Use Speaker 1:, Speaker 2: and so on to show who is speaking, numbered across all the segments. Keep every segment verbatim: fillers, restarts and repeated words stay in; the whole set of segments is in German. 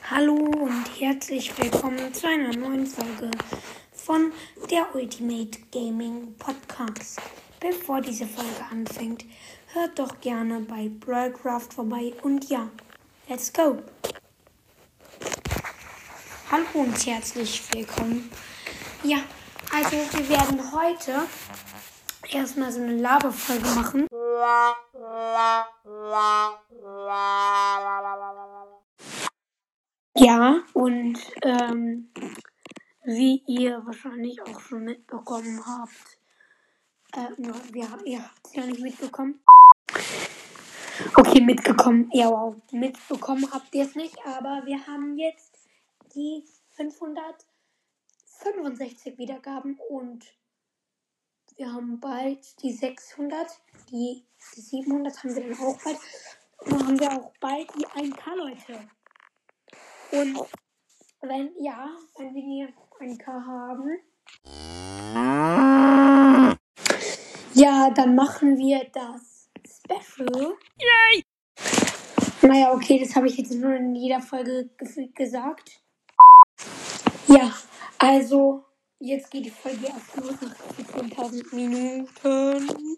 Speaker 1: Hallo und herzlich willkommen zu einer neuen Folge von der Ultimate Gaming Podcast. Bevor diese Folge anfängt, hört doch gerne bei Brawlcraft vorbei und ja, let's go! Hallo und herzlich willkommen. Ja, also wir werden heute erstmal so eine Laberfolge machen. Ja, und ähm, wie ihr wahrscheinlich auch schon mitbekommen habt, äh, ja, ihr habt es ja nicht mitbekommen. Okay, mitgekommen, ja wow, mitbekommen habt ihr es nicht, aber wir haben jetzt die fünfhundertfünfundsechzig Wiedergaben und wir haben bald die sechshundert, die, die siebenhundert haben wir dann auch bald und dann haben wir auch bald die ein K, Leute. Und wenn, ja, wenn wir die ein K haben, ja, dann machen wir das Special. Yay! Naja, okay, das habe ich jetzt nur in jeder Folge gefühlt gesagt. Ja, also, jetzt geht die Folge erst los nach zehntausend Minuten.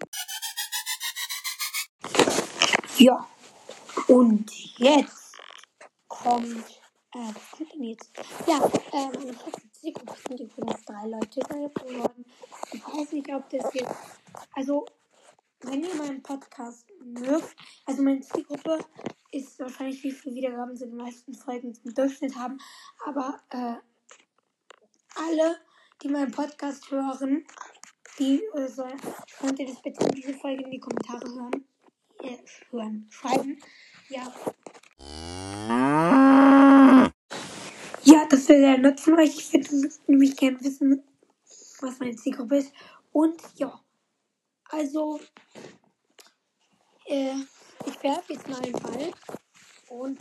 Speaker 1: Ja, und jetzt kommt, äh, was kommt denn jetzt? Ja, ähm, ich habe jetzt die Gruppe, sind übrigens drei Leute geworden. Ich weiß nicht, ob das jetzt, also, wenn ihr meinen Podcast mögt, also meine Zielgruppe ist wahrscheinlich, wie viele Wiedergaben sie in den meisten Folgen im Durchschnitt haben, aber äh, alle, die meinen Podcast hören, die äh, sollen, könnt ihr das bitte in diese Folge in die Kommentare hören, äh, hören, schreiben, ja. Ja, das wäre sehr nett von euch. Ich würde nämlich gerne wissen, was meine Zielgruppe ist. Und ja, also Äh, ich werfe jetzt mal einen Ball und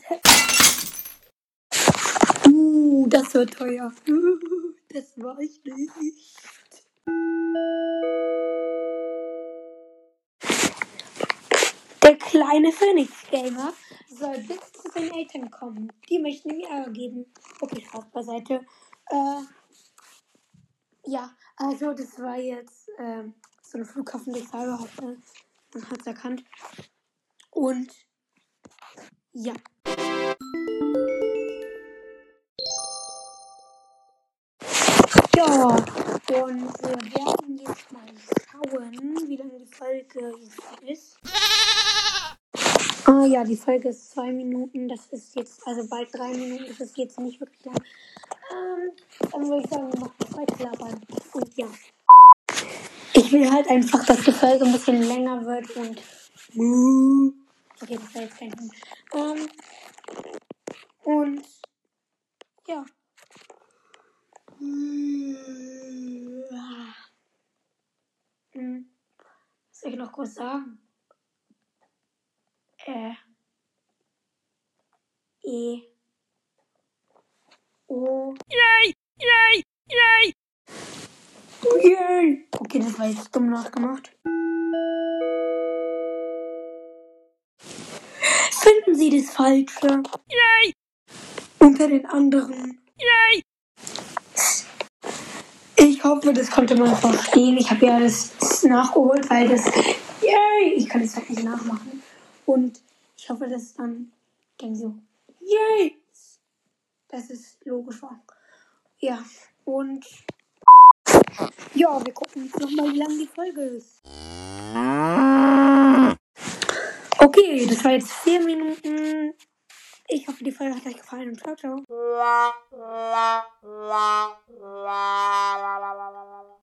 Speaker 1: uh, das wird teuer. Das war ich nicht. Der kleine Phoenix Gamer soll bis zu seinen Eltern kommen. Die möchten ihm Ärger geben. Okay, Spaß beiseite. Äh, ja, also das war jetzt äh, so ein Flughafen, der Cyber hatte. Man hat es erkannt. Und ja. Ja, und wir werden jetzt mal schauen, wie lange die Folge ist. Ah ja, die Folge ist zwei Minuten, das ist jetzt, also bald drei Minuten, das ist jetzt nicht wirklich lang. Ähm, dann würde ich sagen, wir machen zwei Klappern. Und ja. Ich will halt einfach, dass die Folge ein bisschen länger wird und... Okay, das war jetzt kein Hund. Ähm, und... Ja. Hm. Was soll ich noch kurz sagen? Äh. E. O. Yay! Yay! Yay! Yay! Okay, das war jetzt dumm nachgemacht. Finden Sie das Falsche? Yay! Unter den anderen. Yay! Ich hoffe, das konnte man verstehen. Ich habe ja das nachgeholt, weil das... Yay! Ich kann es halt nicht nachmachen. Und ich hoffe, dass dann... Denken so... Yay! Das ist logisch war. Ja, und... Ja, wir gucken jetzt nochmal, wie lang die Folge ist. Okay, das war jetzt vier Minuten. Ich hoffe, die Folge hat euch gefallen und ciao, ciao.